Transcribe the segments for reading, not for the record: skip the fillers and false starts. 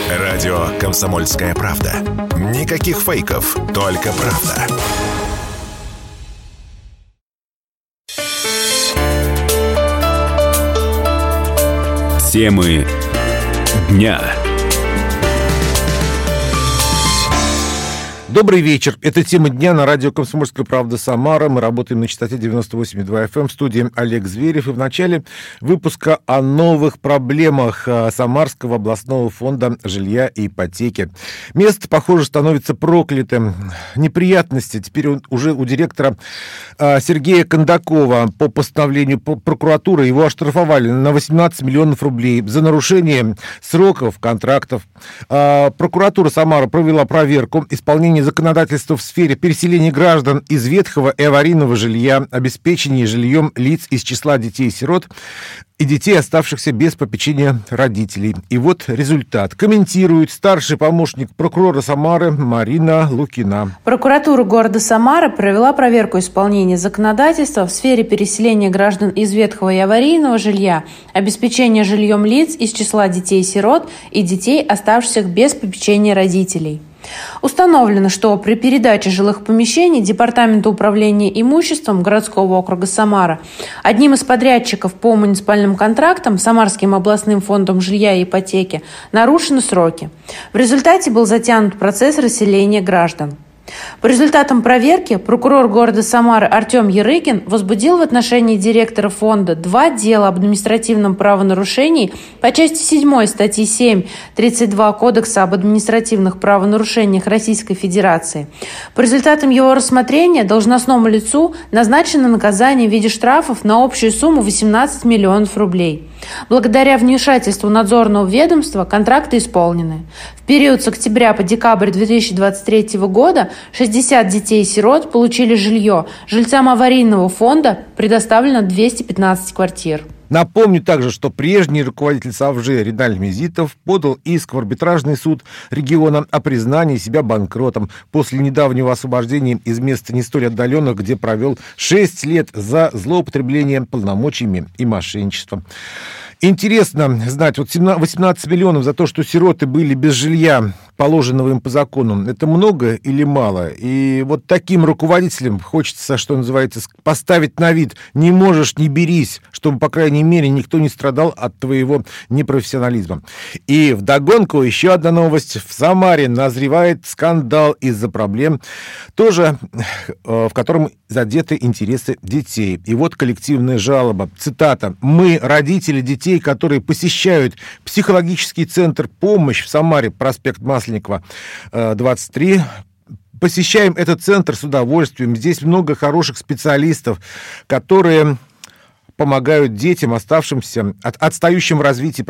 Радио «Комсомольская правда». Никаких фейков, только правда. Темы дня. Добрый вечер. Это тема дня на радио «Комсомольская правда» Самара. Мы работаем на частоте 98,2 FM. В студии Олег Зверев. И в начале выпуска о новых проблемах Самарского областного фонда жилья и ипотеки. Место, похоже, становится проклятым. Неприятности теперь уже у директора Сергея Кондакова. По постановлению прокуратуры его оштрафовали на 18 миллионов рублей за нарушение сроков контрактов. Прокуратура Самары провела проверку исполнения законодательства в сфере переселения граждан из ветхого и аварийного жилья, обеспечения жильем лиц из числа детей-сирот и детей, оставшихся без попечения родителей. И вот результат. Комментирует старший помощник прокурора Самары Марина Лукина. Прокуратура города Самары провела проверку исполнения законодательства в сфере переселения граждан из ветхого и аварийного жилья, обеспечения жильем лиц из числа детей-сирот и детей, оставшихся без попечения родителей. Установлено, что при передаче жилых помещений Департаменту управления имуществом городского округа Самара одним из подрядчиков по муниципальным контрактам Самарским областным фондом жилья и ипотеки нарушены сроки. В результате был затянут процесс расселения граждан. По результатам проверки прокурор города Самары Артем Ярыгин возбудил в отношении директора фонда 2 дела об административном правонарушении по части 7 статьи 7.32 Кодекса об административных правонарушениях Российской Федерации. По результатам его рассмотрения должностному лицу назначено наказание в виде штрафов на общую сумму 18 миллионов рублей. Благодаря вмешательству надзорного ведомства контракты исполнены. В период с октября по декабрь 2023 года 60 детей-сирот получили жилье. Жильцам аварийного фонда предоставлено 215 квартир. Напомню также, что прежний руководитель САВЖ Риналь Мезитов подал иск в арбитражный суд региона о признании себя банкротом после недавнего освобождения из мест не столь отдаленных, где провел 6 лет за злоупотребление полномочиями и мошенничеством. Интересно знать, вот 18 миллионов за то, что сироты были без жилья, положенного им по закону, это много или мало? И вот таким руководителям хочется, что называется, поставить на вид: не можешь, не берись, чтобы, по крайней мере, никто не страдал от твоего непрофессионализма. И вдогонку еще одна новость. В Самаре назревает скандал из-за проблем, тоже в котором задеты интересы детей. И вот коллективная жалоба. Цитата. «Мы, родители детей, которые посещают психологический центр «Помощь» в Самаре, проспект Масленникова, 23, посещаем этот центр с удовольствием. Здесь много хороших специалистов, которые помогают детям, отстающим в развитии,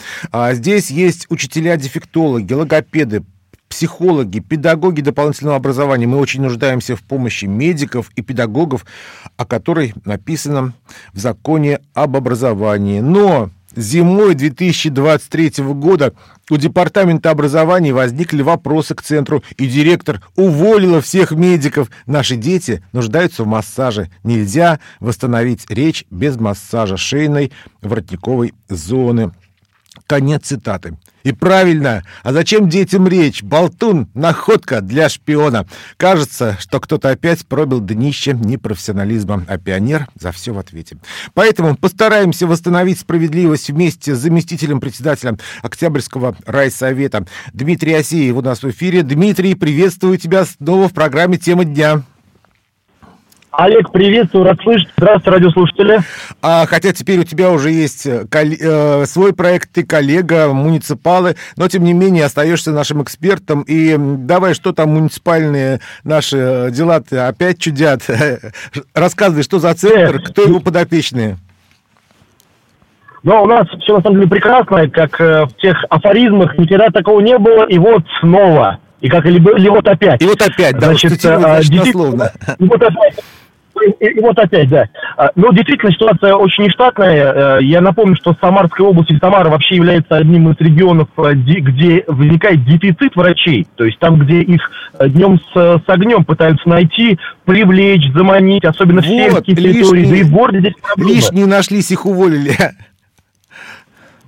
Здесь есть учителя-дефектологи, логопеды, психологи, педагоги дополнительного образования. Мы очень нуждаемся в помощи медиков и педагогов, о которой написано в законе об образовании. Но зимой 2023 года у Департамента образования возникли вопросы к центру, и директор уволила всех медиков. Наши дети нуждаются в массаже. Нельзя восстановить речь без массажа шейной воротниковой зоны». Конец цитаты. И правильно. А зачем детям речь? Болтун, находка для шпиона. Кажется, что кто-то опять пробил днище непрофессионализма, а пионер за все в ответе. Поэтому постараемся восстановить справедливость вместе с заместителем председателя Октябрьского райсовета Дмитрием Асеевым у нас в эфире. Дмитрий, приветствую тебя снова в программе «Тема дня». Олег, приветствую, рад слышать. Здравствуйте, радиослушатели. Хотя теперь у тебя уже есть свой проект, ты коллега, муниципалы, но тем не менее остаешься нашим экспертом. И давай, что там муниципальные наши дела-то опять чудят? Рассказывай, что за центр, кто его подопечные? Ну, у нас все на самом деле прекрасно, как в тех афоризмах, никогда такого не было, и вот снова. И как и вот опять. И вот опять, да, значит, дословно. И вот опять. И вот опять, да. Ну, действительно, ситуация очень нештатная. Я напомню, что Самарская область, Самара вообще является одним из регионов, где возникает дефицит врачей. То есть там, где их днем с огнем пытаются найти, привлечь, заманить, особенно в сельские территории. Да и в городе здесь проблема. Лишние нашлись, их уволили.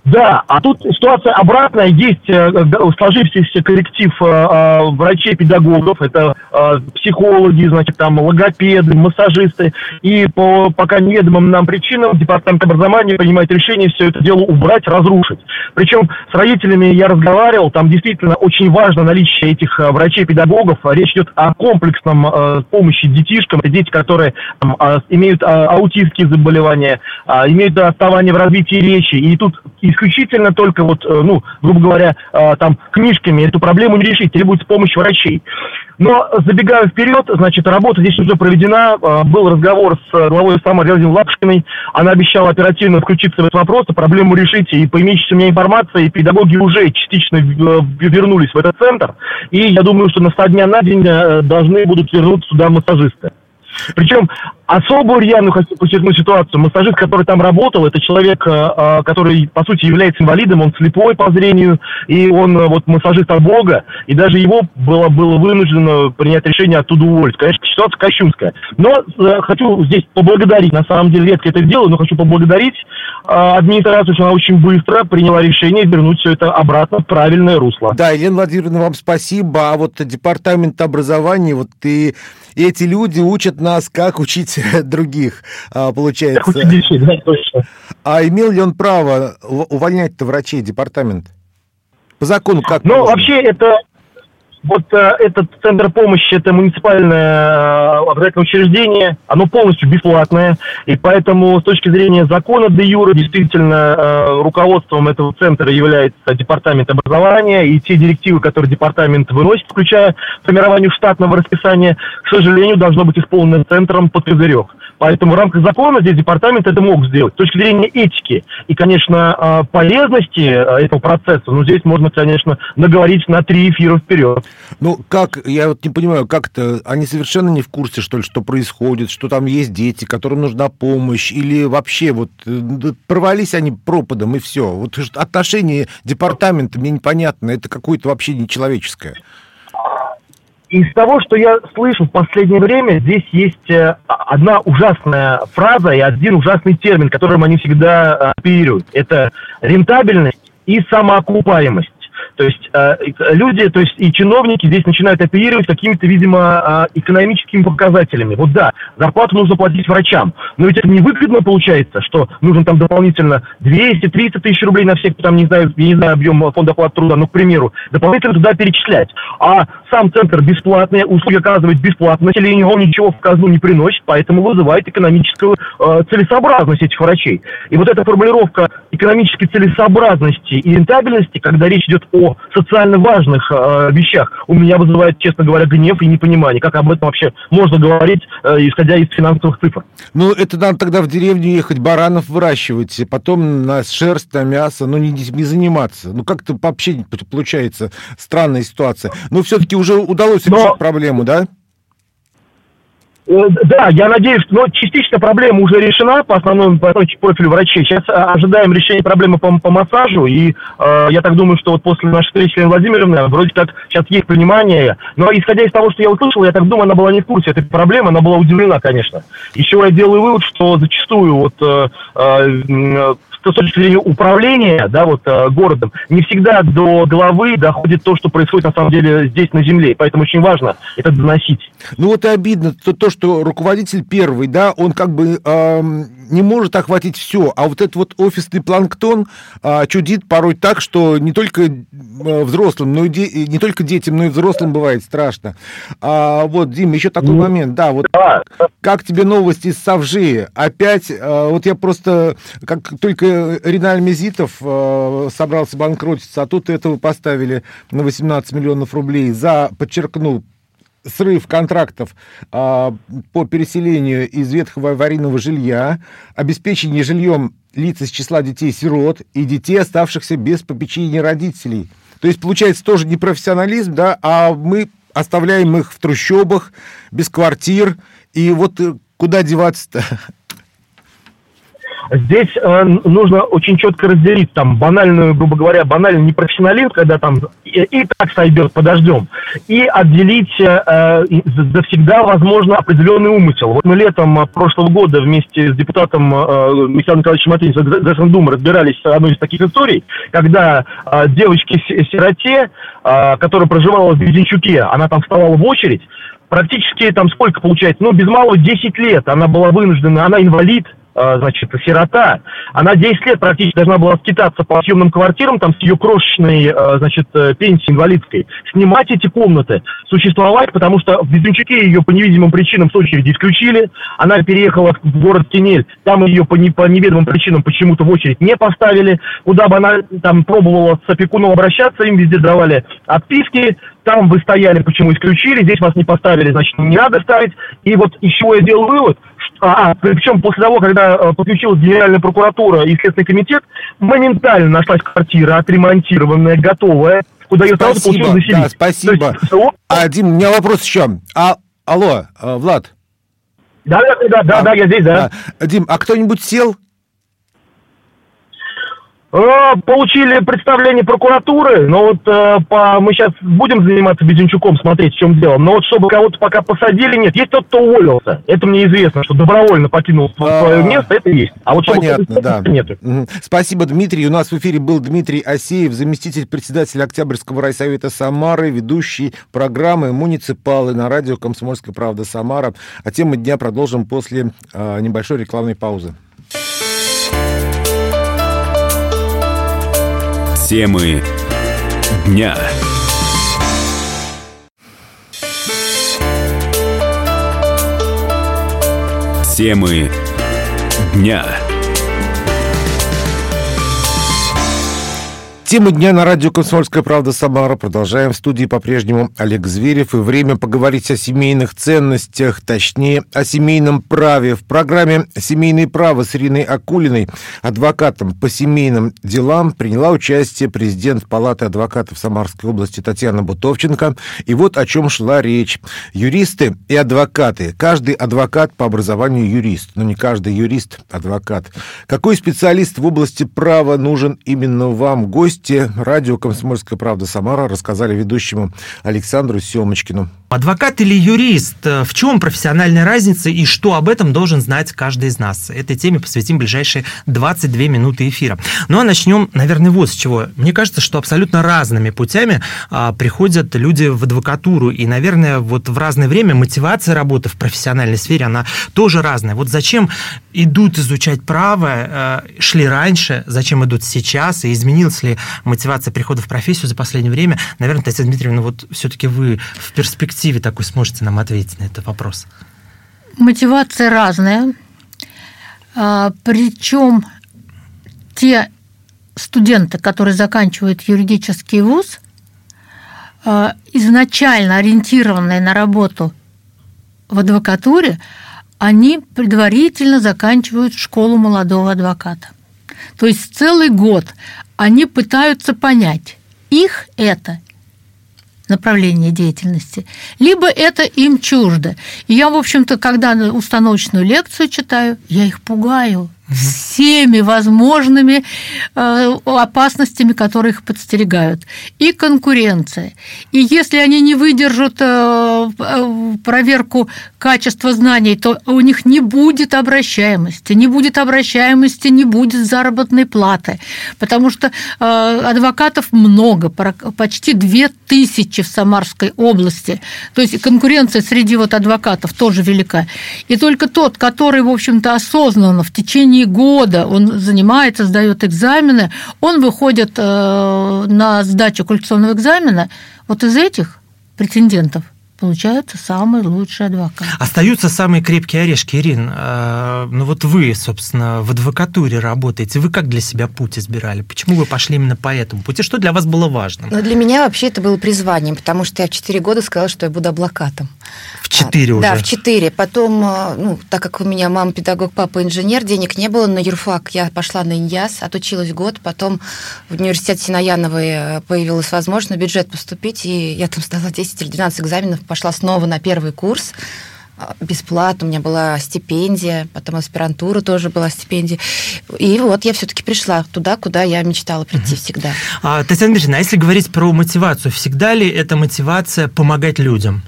Да, а тут ситуация обратная. Есть сложившийся коллектив врачей-педагогов, это психологи, значит, там логопеды, массажисты. И по пока неведомым нам причинам Департамент образования принимает решение все это дело убрать, разрушить. Причем с родителями я разговаривал, там действительно очень важно наличие этих врачей-педагогов. Речь идет о комплексном помощи детишкам. Это дети, которые имеют аутистские заболевания, имеют отставание в развитии речи. И тут исключительно только грубо говоря, там книжками эту проблему не решить, требуется помощь врачей. Но забегая вперед, значит, работа здесь уже проведена. Был разговор с главой Самары Владимировной Лапушкиной. Она обещала оперативно включиться в этот вопрос, проблему решить. И по имеющейся у меня информации, педагоги уже частично вернулись в этот центр. И я думаю, что со дня на день должны будут вернуться сюда массажисты. Причем особую рьяную хочу подчеркнуть ситуацию. Массажист, который там работал, это человек, который, по сути, является инвалидом, он слепой по зрению, и он массажист от Бога, и даже его было вынуждено принять решение оттуда уволить. Конечно, ситуация кощунская. Но хочу здесь поблагодарить, на самом деле редко это делаю, но хочу поблагодарить администрацию, что она очень быстро приняла решение вернуть все это обратно в правильное русло. Да, Елена Владимировна, вам спасибо. А Департамент образования, и эти люди учат нас, как учить других, получается. Как учить детей, да, точно. А имел ли он право увольнять-то врачей департамент? По закону как? Вообще это... этот центр помощи, это муниципальное образовательное учреждение, оно полностью бесплатное, и поэтому с точки зрения закона де юре действительно руководством этого центра является департамент образования, и те директивы, которые департамент выносит, включая формирование штатного расписания, к сожалению, должно быть исполнено центром под козырек. Поэтому в рамках закона здесь департамент это мог сделать. С точки зрения этики и, конечно, полезности этого процесса, здесь можно, конечно, наговорить на 3 эфира вперед. Я не понимаю, как-то они совершенно не в курсе, что ли, что происходит, что там есть дети, которым нужна помощь, или вообще порвались они пропадом, и все. Отношение департамента мне непонятно, это какое-то вообще нечеловеческое. Из того, что я слышу в последнее время, здесь есть одна ужасная фраза и один ужасный термин, которым они всегда оперируют. Это рентабельность и самоокупаемость. То есть люди, и чиновники здесь начинают оперировать какими-то, видимо, экономическими показателями. Зарплату нужно платить врачам. Но ведь это невыгодно получается, что нужно там дополнительно 200-300 тысяч рублей на всех, я не знаю объем фонда оплаты труда, к примеру, дополнительно туда перечислять. А сам центр бесплатный, услуги оказывает бесплатно населению, он ничего в казну не приносит, поэтому вызывает экономическую целесообразность этих врачей. И эта формулировка экономической целесообразности и рентабельности, когда речь идет о социально важных вещах, у меня вызывает, честно говоря, гнев и непонимание. Как об этом вообще можно говорить, исходя из финансовых цифр? Это надо тогда в деревню ехать, баранов выращивать, потом на шерсть, на мясо, не заниматься. Как-то вообще получается странная ситуация. Но все-таки уже удалось решить проблему, да? Да, я надеюсь, что частично проблема уже решена по основному профилю врачей. Сейчас ожидаем решения проблемы по массажу, и я так думаю, что после нашей встречи с Еленой Владимировной вроде как сейчас есть понимание. Но исходя из того, что я услышал, я так думаю, она была не в курсе этой проблемы, она была удивлена, конечно. Еще я делаю вывод, что зачастую с точки зрения управления, городом, не всегда до главы доходит то, что происходит на самом деле здесь, на земле. Поэтому очень важно это доносить. И обидно то, что руководитель первый, он не может охватить все, а этот офисный планктон чудит порой так, что не только взрослым, не только детям, но и взрослым бывает страшно. Дим, еще такой момент, как тебе новости из Совжи? Опять, я просто, как только Риналь Мезитов собрался банкротиться, а тут этого поставили на 18 миллионов рублей подчеркну, срыв контрактов по переселению из ветхого аварийного жилья, обеспечение жильем лиц из числа детей-сирот и детей, оставшихся без попечения родителей. То есть, получается, тоже непрофессионализм, а мы оставляем их в трущобах, без квартир, и куда деваться-то? Здесь нужно очень четко разделить банальный непрофессионализм, когда и так сойдет, подождем, и отделить завсегда, возможно, определенный умысел. Вот мы летом прошлого года вместе с депутатом Михаилом Николаевичем Матвеевичем из Госдумы разбирались в одной из таких историй, когда девочке-сироте, которая проживала в Бердянчуке, она там вставала в очередь, практически там сколько получается, без малого 10 лет она была вынуждена, она инвалид, значит, сирота, она 10 лет практически должна была скитаться по съемным квартирам, там, с ее крошечной, значит, пенсией инвалидской, снимать эти комнаты, существовать, потому что в Бердянчуке ее по невидимым причинам с очереди исключили, она переехала в город Кинель, там ее по неведомым причинам почему-то в очередь не поставили, куда бы она там пробовала с опекуном обращаться, им везде давали отписки, там вы стояли, почему исключили, здесь вас не поставили, значит, не надо ставить. И вот из чего я делал вывод, причем после того, когда подключилась Генеральная прокуратура и Следственный комитет, моментально нашлась квартира, отремонтированная, готовая, куда ее сразу получилось заселить. Да, спасибо. Дим, у меня вопрос еще. Алло, Влад? Да, я здесь, да. Дим, а кто-нибудь сел? Получили представление прокуратуры, но вот мы сейчас будем заниматься Бердянчуком, смотреть, в чем дело. Но вот чтобы кого-то пока посадили, нет. Есть тот, кто уволился. Это мне известно, что добровольно покинул свое место, это есть. А вот понятно, да. Нет. Спасибо, Дмитрий. У нас в эфире был Дмитрий Асеев, заместитель председателя Октябрьского райсовета Самары, ведущий программы «Муниципалы» на радио «Комсомольская правда» Самара. А тему дня продолжим после небольшой рекламной паузы. Темы дня. Темы дня. Тема дня на радио «Комсомольская правда» Самара. Продолжаем. В студии по-прежнему Олег Зверев. И время поговорить о семейных ценностях, точнее, о семейном праве. В программе «Семейное право» с Ириной Акулиной, адвокатом по семейным делам, приняла участие президент Палаты адвокатов Самарской области Татьяна Бутовченко. И вот о чем шла речь. Юристы и адвокаты. Каждый адвокат по образованию юрист, но не каждый юрист адвокат. Какой специалист в области права нужен именно вам? Гости радио «Комсомольская правда» Самара рассказали ведущему Александру Семочкину. Адвокат или юрист? В чем профессиональная разница и что об этом должен знать каждый из нас? Этой теме посвятим ближайшие 22 минуты эфира. Ну а начнем, наверное, вот с чего. Мне кажется, что абсолютно разными путями приходят люди в адвокатуру. И, наверное, вот в разное время мотивация работы в профессиональной сфере, она тоже разная. Вот зачем идут изучать право, шли раньше, зачем идут сейчас, и изменилась ли мотивация прихода в профессию за последнее время? Наверное, Татьяна Дмитриевна, вот все-таки вы в перспективе такой сможете нам ответить на этот вопрос? Мотивация разная. Причем те студенты, которые заканчивают юридический вуз, изначально ориентированные на работу в адвокатуре, они предварительно заканчивают школу молодого адвоката. То есть целый год они пытаются понять, их это направление деятельности, либо это им чуждо. И я, в общем-то, когда установочную лекцию читаю, я их пугаю всеми возможными опасностями, которые их подстерегают. И конкуренция. И если они не выдержат проверку качества знаний, то у них не будет обращаемости. Не будет обращаемости, не будет заработной платы. Потому что адвокатов много, почти 2000 в Самарской области. То есть конкуренция среди адвокатов тоже велика. И только тот, который, в общем-то, осознанно в течение года он занимается, сдает экзамены, он выходит на сдачу квалификационного экзамена, вот из этих претендентов получается самый лучший адвокат. Остаются самые крепкие орешки, Ирин. Ну вот вы, собственно, в адвокатуре работаете. Вы как для себя путь избирали? Почему вы пошли именно по этому пути? Что для вас было важным? Ну, для меня вообще это было призванием, потому что я в 4 года сказала, что я буду адвокатом. В 4 уже? Да, в 4. Потом, так как у меня мама педагог, папа инженер, денег не было на юрфак, я пошла на ИНЯС, отучилась год, потом в университете Синаяновой появилась возможность на бюджет поступить, и я там сдала 10 или 12 экзаменов, пошла снова на первый курс, бесплатно, у меня была стипендия, потом аспирантура тоже была стипендия. И вот я все-таки пришла туда, куда я мечтала прийти всегда. Татьяна Дмитриевна, а если говорить про мотивацию, всегда ли эта мотивация помогать людям?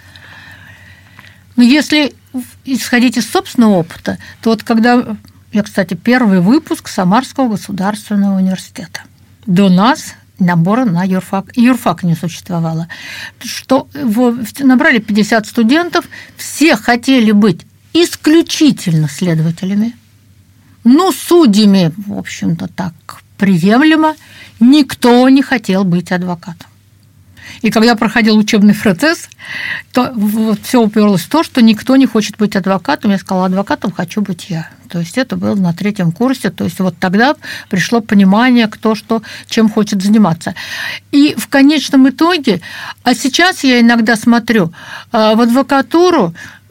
Ну, если исходить из собственного опыта, то вот когда я, кстати, первый выпуск Самарского государственного университета. До нас набора на юрфак. Юрфак не существовало. Что набрали 50 студентов, все хотели быть исключительно следователями, ну, судьями, в общем-то, так приемлемо, никто не хотел быть адвокатом. И когда проходил учебный процесс, то вот все уперлось в то, что никто не хочет быть адвокатом. Я сказала, адвокатом хочу быть я. То есть это было на 3-м курсе. То есть вот тогда пришло понимание, кто что, чем хочет заниматься. И в конечном итоге, а сейчас я иногда смотрю, в адвокатуру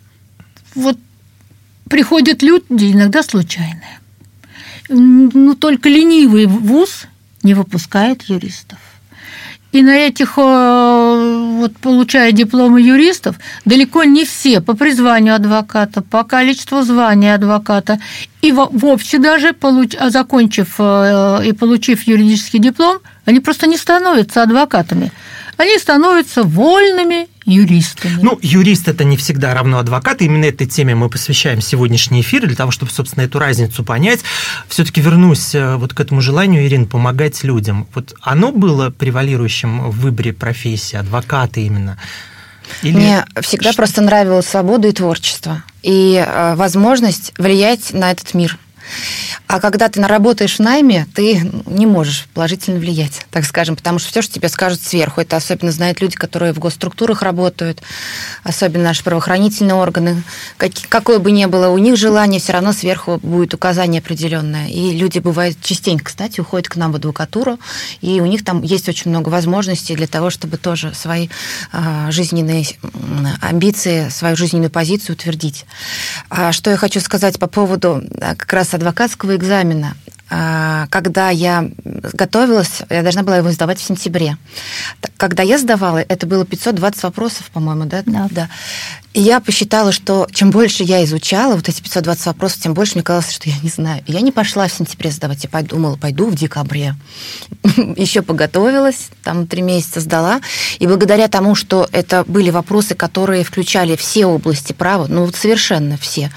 вот приходят люди, иногда случайные. Ну, только ленивый вуз не выпускает юристов. И на этих, вот, получая дипломы юристов, далеко не все по призванию адвоката, по количеству звания адвоката, и вовсе даже, закончив и получив юридический диплом, они просто не становятся адвокатами. Они становятся вольными юристами. Ну, юрист – это не всегда равно адвокат. И именно этой теме мы посвящаем сегодняшний эфир, для того, чтобы, собственно, эту разницу понять. Все-таки вернусь вот к этому желанию, Ирина, помогать людям. Вот оно было превалирующим в выборе профессии, адвоката именно? Или... Мне всегда просто нравилась свобода и творчество, и возможность влиять на этот мир. А когда ты работаешь в найме, ты не можешь положительно влиять, так скажем, потому что все, что тебе скажут сверху, это особенно знают люди, которые в госструктурах работают, особенно наши правоохранительные органы. Какое бы ни было у них желание, все равно сверху будет указание определенное. И люди, бывает, частенько, кстати, уходят к нам в адвокатуру, и у них там есть очень много возможностей для того, чтобы тоже свои жизненные амбиции, свою жизненную позицию утвердить. Что я хочу сказать по поводу как раз адвокатского экзамена. Когда я готовилась, я должна была его сдавать в сентябре. Когда я сдавала, это было 520 вопросов, по-моему, да? Да. И я посчитала, что чем больше я изучала вот эти 520 вопросов, тем больше мне казалось, что я не знаю. Я не пошла в сентябре сдавать, я подумала, пойду в декабре. Еще подготовилась, там 3 месяца сдала. И благодаря тому, что это были вопросы, которые включали все области права, ну вот совершенно все.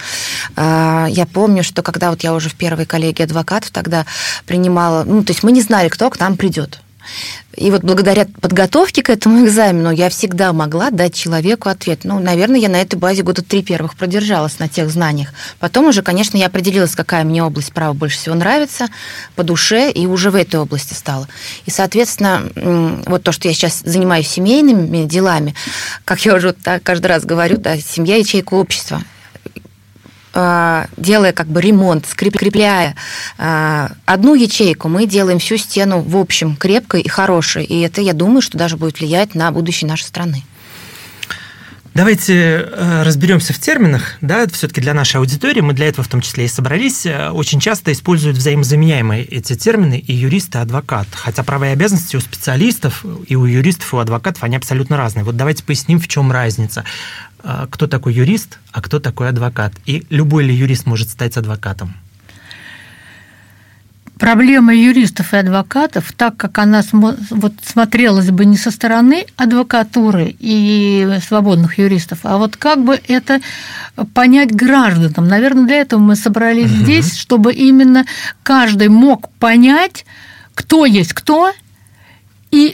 Я помню, что когда вот я уже в первой коллегии адвокатов тогда принимала, ну то есть мы не знали, кто к нам придет. И вот благодаря подготовке к этому экзамену я всегда могла дать человеку ответ. Ну, наверное, я на этой базе года 3 первых продержалась на тех знаниях. Потом уже, конечно, я определилась, какая мне область права больше всего нравится, по душе, и уже в этой области стала. И, соответственно, вот то, что я сейчас занимаюсь семейными делами, как я уже так каждый раз говорю, да, семья – ячейка общества. Делая как бы ремонт, скрепляя одну ячейку, мы делаем всю стену в общем крепкой и хорошей. И это, я думаю, что даже будет влиять на будущее нашей страны. Давайте разберемся в терминах, да, все-таки для нашей аудитории, мы для этого в том числе и собрались, очень часто используют взаимозаменяемые эти термины и юрист, и адвокат, хотя права и обязанности у специалистов, и у юристов, и у адвокатов, они абсолютно разные. Вот давайте поясним, в чем разница. Кто такой юрист, а кто такой адвокат? И любой ли юрист может стать адвокатом? Проблема юристов и адвокатов, так как она вот смотрелась бы не со стороны адвокатуры и свободных юристов, а вот как бы это понять гражданам. Наверное, для этого мы собрались здесь, чтобы именно каждый мог понять, кто есть кто, и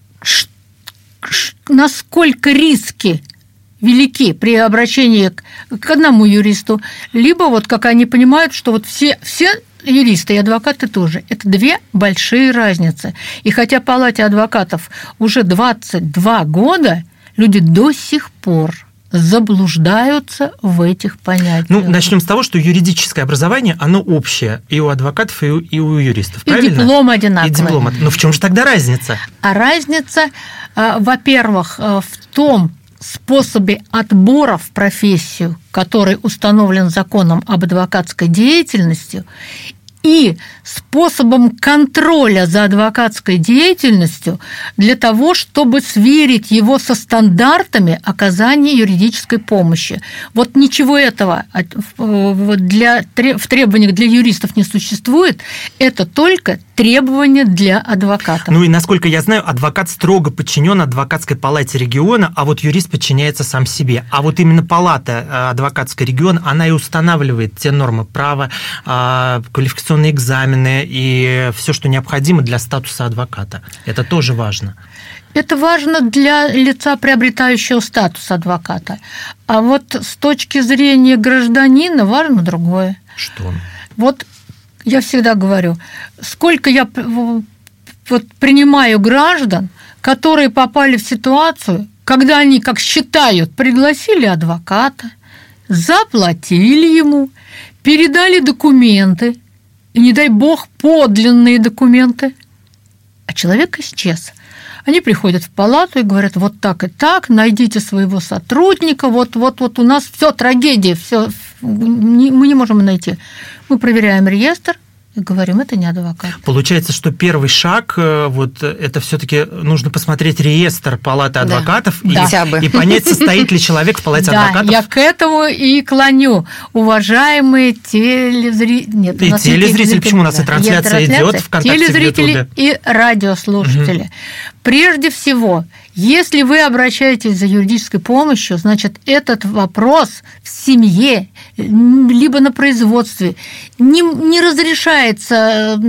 насколько риски велики при обращении к одному юристу, либо вот как они понимают, что вот все юристы и адвокаты тоже. Это 2 большие разницы. И хотя в Палате адвокатов уже 22 года, люди до сих пор заблуждаются в этих понятиях. Ну, начнем с того, что юридическое образование, оно общее и у адвокатов, и у юристов, правильно? И диплом одинаковый. И диплом. Но в чем же тогда разница? А разница, во-первых, в том способе отбора в профессию, который установлен законом об адвокатской деятельности, и способом контроля за адвокатской деятельностью для того, чтобы сверить его со стандартами оказания юридической помощи. Вот ничего этого в требованиях для юристов не существует, это только требования для адвокатов. Ну и, насколько я знаю, адвокат строго подчинен адвокатской палате региона, а вот юрист подчиняется сам себе. А вот именно палата адвокатского региона, она и устанавливает те нормы права, квалификационные экзамены и все, что необходимо для статуса адвоката. Это тоже важно. Это важно для лица, приобретающего статус адвоката. А вот с точки зрения гражданина важно другое. Что? Вот я всегда говорю, сколько я принимаю граждан, которые попали в ситуацию, когда они, как считают, пригласили адвоката, заплатили ему, передали документы, и, не дай бог, подлинные документы, а человек исчез. Они приходят в палату и говорят, вот так и так, найдите своего сотрудника, вот у нас все трагедия, все, мы не можем найти. Мы проверяем реестр и говорим, это не адвокат. Получается, что первый шаг, вот это все-таки нужно посмотреть реестр палаты адвокатов и понять, состоит ли человек в палате адвокатов. Да, я к этому и клоню. Уважаемые телезрители... Телезрители, почему у нас и трансляция идет ВКонтакте, телезрители и радиослушатели. Угу. Прежде всего, если вы обращаетесь за юридической помощью, значит, этот вопрос в семье, либо на производстве не разрешается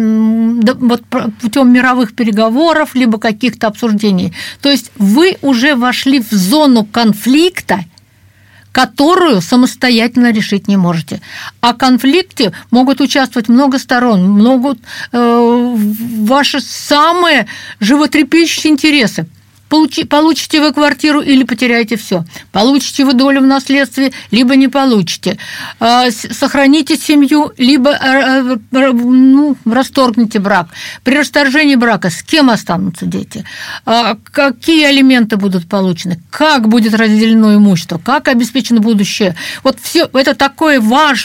путем мировых переговоров, либо каких-то обсуждений. То есть вы уже вошли в зону конфликта, которую самостоятельно решить не можете. А в конфликте могут участвовать много сторон, могут ваши самые животрепещущие интересы. Получите вы квартиру или потеряете все. Получите вы долю в наследстве, либо не получите. Сохраните семью, либо расторгните брак. При расторжении брака с кем останутся дети? Какие алименты будут получены? Как будет разделено имущество? Как обеспечено будущее? Вот все это такая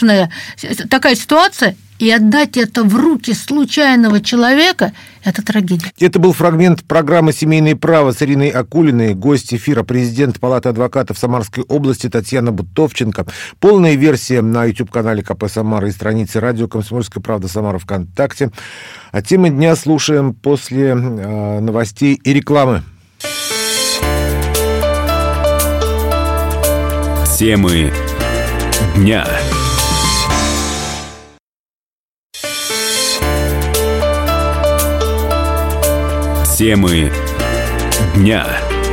ситуация. И отдать это в руки случайного человека – это трагедия. Это был фрагмент программы «Семейное право» с Ириной Акулиной, гость эфира президент Палаты адвокатов Самарской области Татьяна Бутовченко. Полная версия на YouTube-канале КП Самара и странице радио «Комсомольская правда» Самара ВКонтакте. А темы дня слушаем после новостей и рекламы. Темы дня. Темы дня.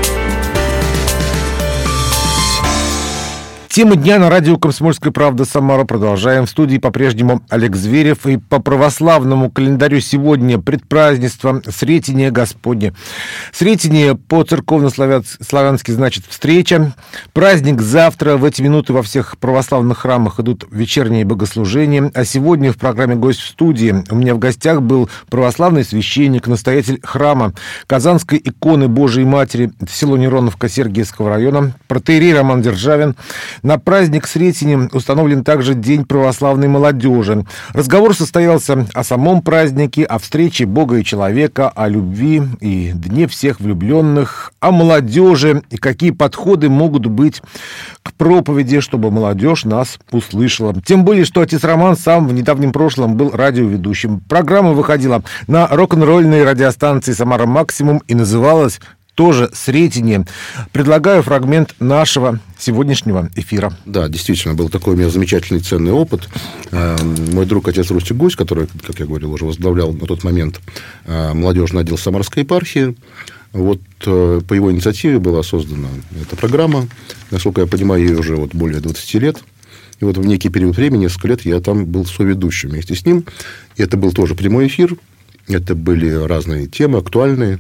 Тема дня на радио «Комсомольская правда» Самара. Продолжаем. В студии по-прежнему Олег Зверев. И по православному календарю сегодня предпразднество Сретения Господня. Сретение по-церковно-славянски значит «встреча». Праздник завтра. В эти минуты во всех православных храмах идут вечерние богослужения. А сегодня в программе «Гость в студии» у меня в гостях был православный священник, настоятель храма Казанской иконы Божией Матери в село Нероновка Сергиевского района, протоиерей Роман Державин. На праздник Сретения установлен также День православной молодежи. Разговор состоялся о самом празднике, о встрече Бога и человека, о любви и Дне всех влюбленных, о молодежи и какие подходы могут быть к проповеди, чтобы молодежь нас услышала. Тем более, что отец Роман сам в недавнем прошлом был радиоведущим. Программа выходила на рок-н-ролльной радиостанции «Самара Максимум» и называлась тоже «Сретение». Предлагаю фрагмент нашего сегодняшнего эфира. Да, действительно, был такой у меня замечательный, ценный опыт. Мой друг, отец Рустик Гусь, который, как я говорил, уже возглавлял на тот момент молодежный отдел Самарской епархии, вот по его инициативе была создана эта программа. Насколько я понимаю, ей уже более 20 лет. И вот в некий период времени, несколько лет, я там был соведущим вместе с ним. И это был тоже прямой эфир. Это были разные темы, актуальные.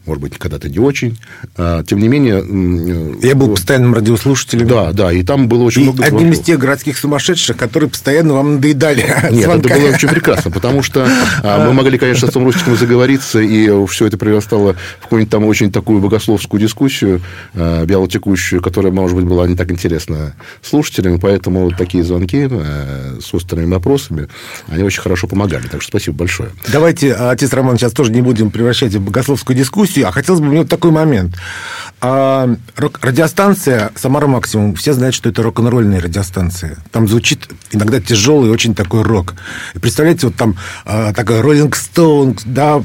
может быть, когда-то не очень. Тем не менее... Я был постоянным радиослушателем. Да, и там было очень много звонков. Одним из тех городских сумасшедших, которые постоянно вам надоедали. Нет, это было очень прекрасно, потому что мы могли, конечно, с Рустиком заговориться, и все это прирастало в какую-нибудь там очень такую богословскую дискуссию, вялотекущую, которая, может быть, была не так интересна слушателям, поэтому вот такие звонки с острыми вопросами, они очень хорошо помогали. Так что спасибо большое. Давайте, отец Роман, сейчас тоже не будем превращать в богословскую дискуссию, а хотелось бы мне вот такой момент. Радиостанция «Самара Максимум», все знают, что это рок-н-ролльная радиостанция. Там звучит иногда тяжелый, очень такой рок. И представляете, вот там такой Rolling Stones, да,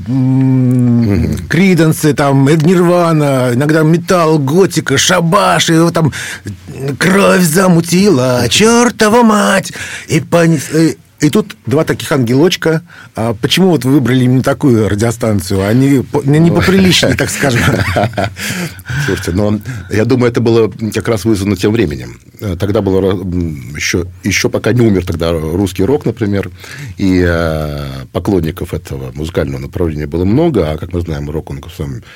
Криденсы, там, Нирвана, иногда металл, готика, шабаш, и вот там кровь замутила, чертова мать, и тут два таких ангелочка. Почему вот вы выбрали именно такую радиостанцию? Они не поприличнее, так скажем. Слушайте, но я думаю, это было как раз вызвано тем временем. Тогда было еще пока не умер тогда русский рок, например, и поклонников этого музыкального направления было много, а, как мы знаем, рок, он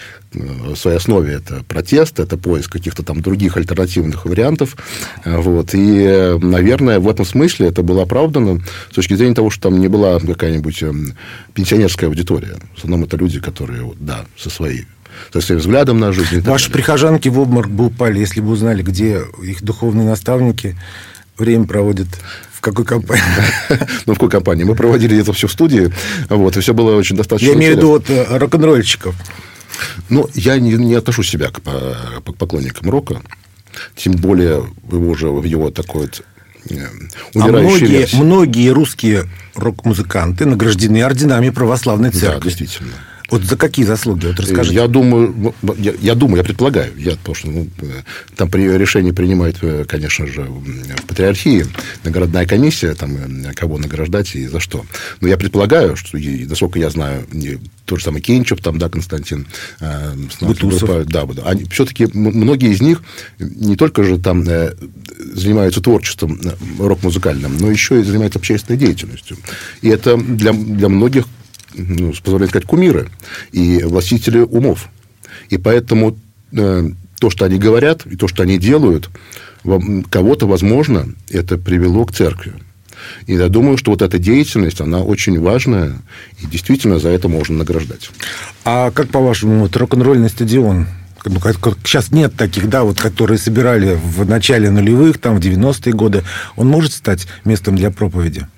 в своей основе это протест, это поиск каких-то там других альтернативных вариантов. Вот. И, наверное, в этом смысле это было оправдано с точки зрения того, что там не была какая-нибудь пенсионерская аудитория. В основном это люди, которые, да, со своим взглядом на жизнь. Ваши прихожанки в обморок бы упали, если бы узнали, где их духовные наставники время проводят. В какой компании? Ну, в какой компании? Мы проводили это все в студии, вот, и все было очень достаточно интересно. Я имею в виду вот рок-н-ролльщиков. Ну, я не отношу себя к поклонникам рока, тем более в его такой вот умирающей версии. Многие русские рок-музыканты награждены орденами православной церкви. Да, действительно. Вот за какие заслуги? Вот расскажите. Я предполагаю, потому что там решение принимает, конечно же, в патриархии, наградная комиссия, там, кого награждать и за что. Но я предполагаю, что, насколько я знаю, тот же самый Кенчев, там, да, Константин Бутусов. Да, все-таки многие из них не только же там занимаются творчеством рок-музыкальным, но еще и занимаются общественной деятельностью. И это для многих, позволяет сказать, кумиры и властители умов. И поэтому то, что они говорят, и то, что они делают, кого-то, возможно, это привело к церкви. И я думаю, что вот эта деятельность, она очень важная, и действительно за это можно награждать. А как, по-вашему, вот рок-н-ролльный стадион? Сейчас нет таких, да, вот, которые собирали в начале нулевых, там, в 90-е годы. Он может стать местом для проповеди?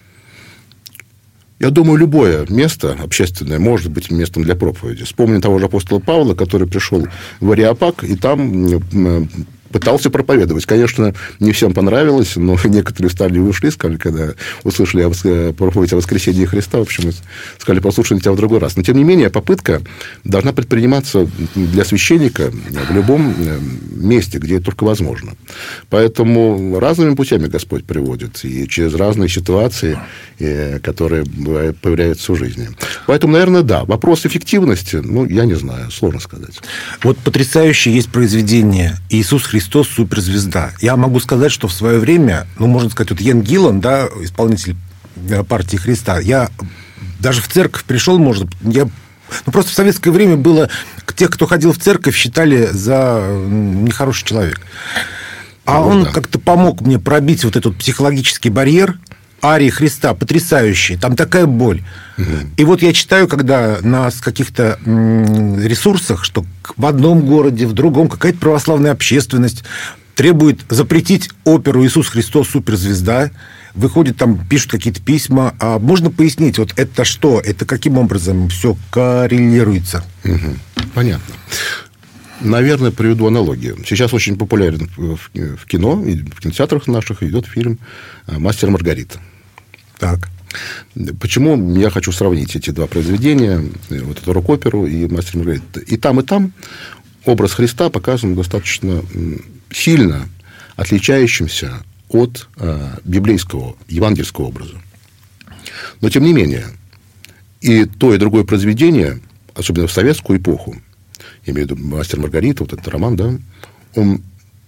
Я думаю, любое место общественное может быть местом для проповеди. Вспомним того же апостола Павла, который пришел в Ареопаг, и там пытался проповедовать. Конечно, не всем понравилось, но некоторые встали и ушли, сказали, когда услышали проповедь о воскресении Христа, в общем, сказали, послушаем тебя в другой раз. Но, тем не менее, попытка должна предприниматься для священника в любом месте, где это только возможно. Поэтому разными путями Господь приводит, и через разные ситуации, которые появляются в жизни. Поэтому, наверное, да. Вопрос эффективности, я не знаю, сложно сказать. Вот потрясающее есть произведение «Иисус Христос. Суперзвезда». Я могу сказать, что в свое время, можно сказать, вот Йен Гиллан, да, исполнитель партии Христа, я даже в церковь пришел, просто в советское время было, тех, кто ходил в церковь, считали за нехороший человек. А он как-то помог мне пробить вот этот психологический барьер. Арии Христа потрясающие, там такая боль. И вот я читаю, когда на каких-то ресурсах, что в одном городе, в другом какая-то православная общественность требует запретить оперу «Иисус Христос. Суперзвезда». Выходит, там пишут какие-то письма. А можно пояснить, вот это что? Это каким образом все коррелируется? Понятно. Наверное, приведу аналогию. Сейчас очень популярен в кино, и в кинотеатрах наших идет фильм «Мастер и Маргарита». Так. Почему я хочу сравнить эти два произведения, вот эту рок-оперу и «Мастер и Маргарита»? И там образ Христа показан достаточно сильно отличающимся от библейского, евангельского образа. Но, тем не менее, и то, и другое произведение, особенно в советскую эпоху, я имею в виду «Мастер и Маргарита», вот этот роман, да, он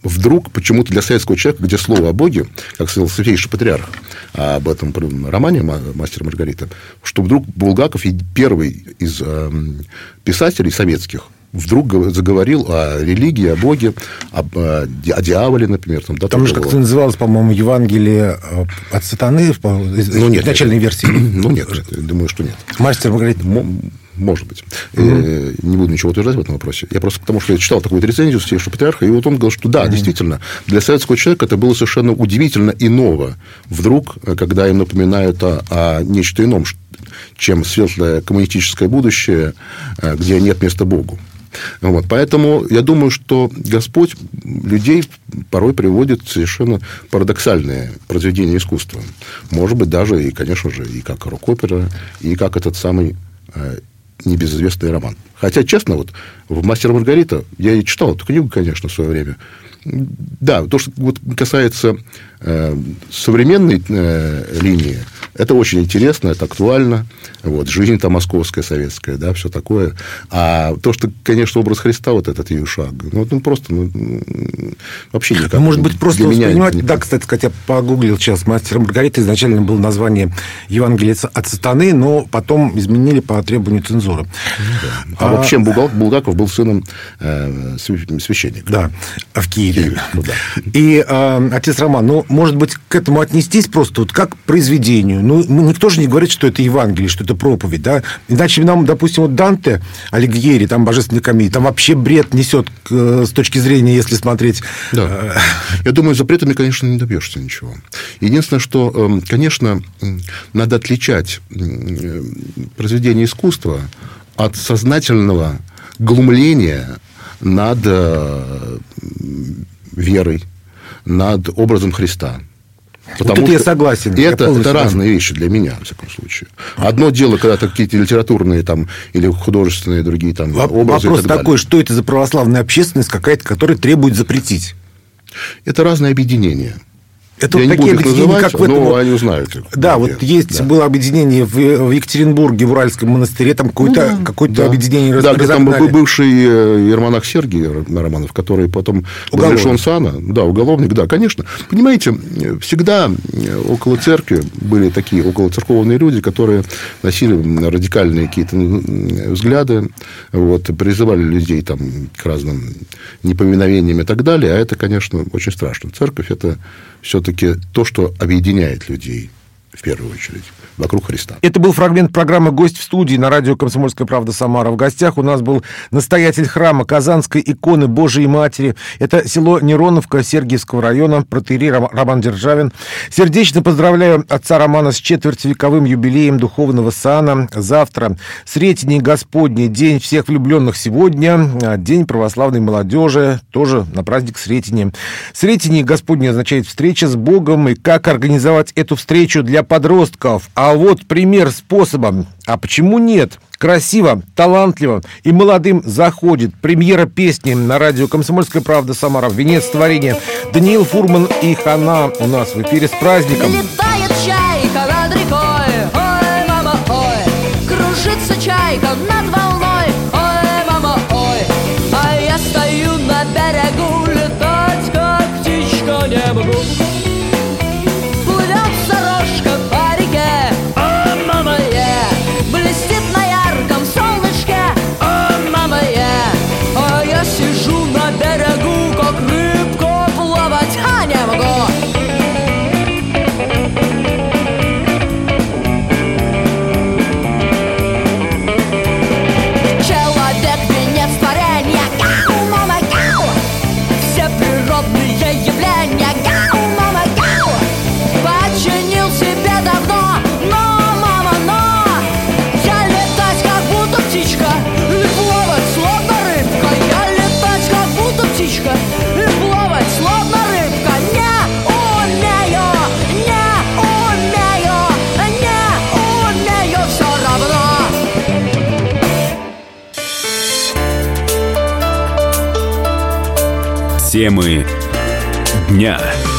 вдруг почему-то для советского человека, где слово о Боге, как сказал святейший патриарх об этом романе «Мастер и Маргарита», что вдруг Булгаков, первый из писателей советских, вдруг заговорил о религии, о Боге, о дьяволе, например. Там же как-то называлось, по-моему, Евангелие от сатаны в начальной версии. Ну, нет, думаю, что нет. «Мастер и Маргарита». Может быть. Не буду ничего утверждать в этом вопросе. Я просто потому, что я читал такую рецензию святейшего патриарха, и вот он говорил, что да, действительно, для советского человека это было совершенно удивительно и ново. Вдруг, когда им напоминают о нечто ином, чем светлое коммунистическое будущее, где нет места Богу. Вот. Поэтому я думаю, что Господь людей порой приводит в совершенно парадоксальные произведения искусства. Может быть, даже, и, конечно же, и как рок-опера, и как этот самый небезызвестный роман. Хотя, честно, вот в «Мастер и Маргарита» я и читал эту книгу, конечно, в свое время. Да, то, что вот касается современной линии, это очень интересно, это актуально. Вот, жизнь там московская, советская, да, все такое. А то, что, конечно, образ Христа, вот этот Иешуа, ну, он просто вообще никак. Может быть, просто воспринимать... Да, кстати, я погуглил сейчас. «Мастер и Маргарита» изначально было название Евангелия от сатаны, но потом изменили по требованию цензуры. А вообще Булгаков был сыном священника. Да, в Киеве. И отец Роман, ну, может быть, к этому отнестись просто вот как к произведению. Ну, никто же не говорит, что это Евангелие, что это проповедь, да? Иначе нам, допустим, вот Данте, Алигьери, там «Божественная комедия», там вообще бред несет с точки зрения, если смотреть... Да. Я думаю, запретами, конечно, не добьешься ничего. Единственное, что, конечно, надо отличать произведение искусства от сознательного глумления над верой, над образом Христа. Потому вот тут я согласен. Это разные вещи для меня, во всяком случае. Одно дело, когда это какие-то литературные там, или художественные другие там, образы. Вопрос такой, что это за православная общественность какая-то, которая требует запретить? Это разные объединения. Это я вот такие объединения, как в этом... Но они узнают. Да, вот есть было объединение в Екатеринбурге, в Уральском монастыре, там какое-то объединение разогнали. Да, там был бывший иеромонах Сергий Романов, который потом был лишен сана. Да, уголовник, да, конечно. Понимаете, всегда около церкви были такие околоцерковные люди, которые носили радикальные какие-то взгляды, вот, призывали людей там, к разным неповиновениям и так далее, а это, конечно, очень страшно. Церковь – это все-таки то, что объединяет людей, в первую очередь, вокруг Христа. Это был фрагмент программы «Гость в студии» на радио «Комсомольская правда» Самара. В гостях у нас был настоятель храма Казанской иконы Божией Матери. Это село Нероновка Сергиевского района, протоиерей Роман Державин. Сердечно поздравляю отца Романа с четвертьвековым юбилеем духовного сана. Завтра Сретение Господне, день всех влюбленных сегодня, день православной молодежи, тоже на праздник Сретения. Сретение Господне означает встреча с Богом, и как организовать эту встречу для подростков. А вот пример способа. А почему нет? Красиво, талантливо и молодым заходит. Премьера песни на радио «Комсомольская правда» Самара. Венец творения. Даниил Фурман и Хана у нас в эфире. С праздником. Летает чайка над рекой, ой, мама, ой. Кружится чайка над волной, ой, мама, ой. А я стою на берегу, летать как птичка не могу. Темы дня.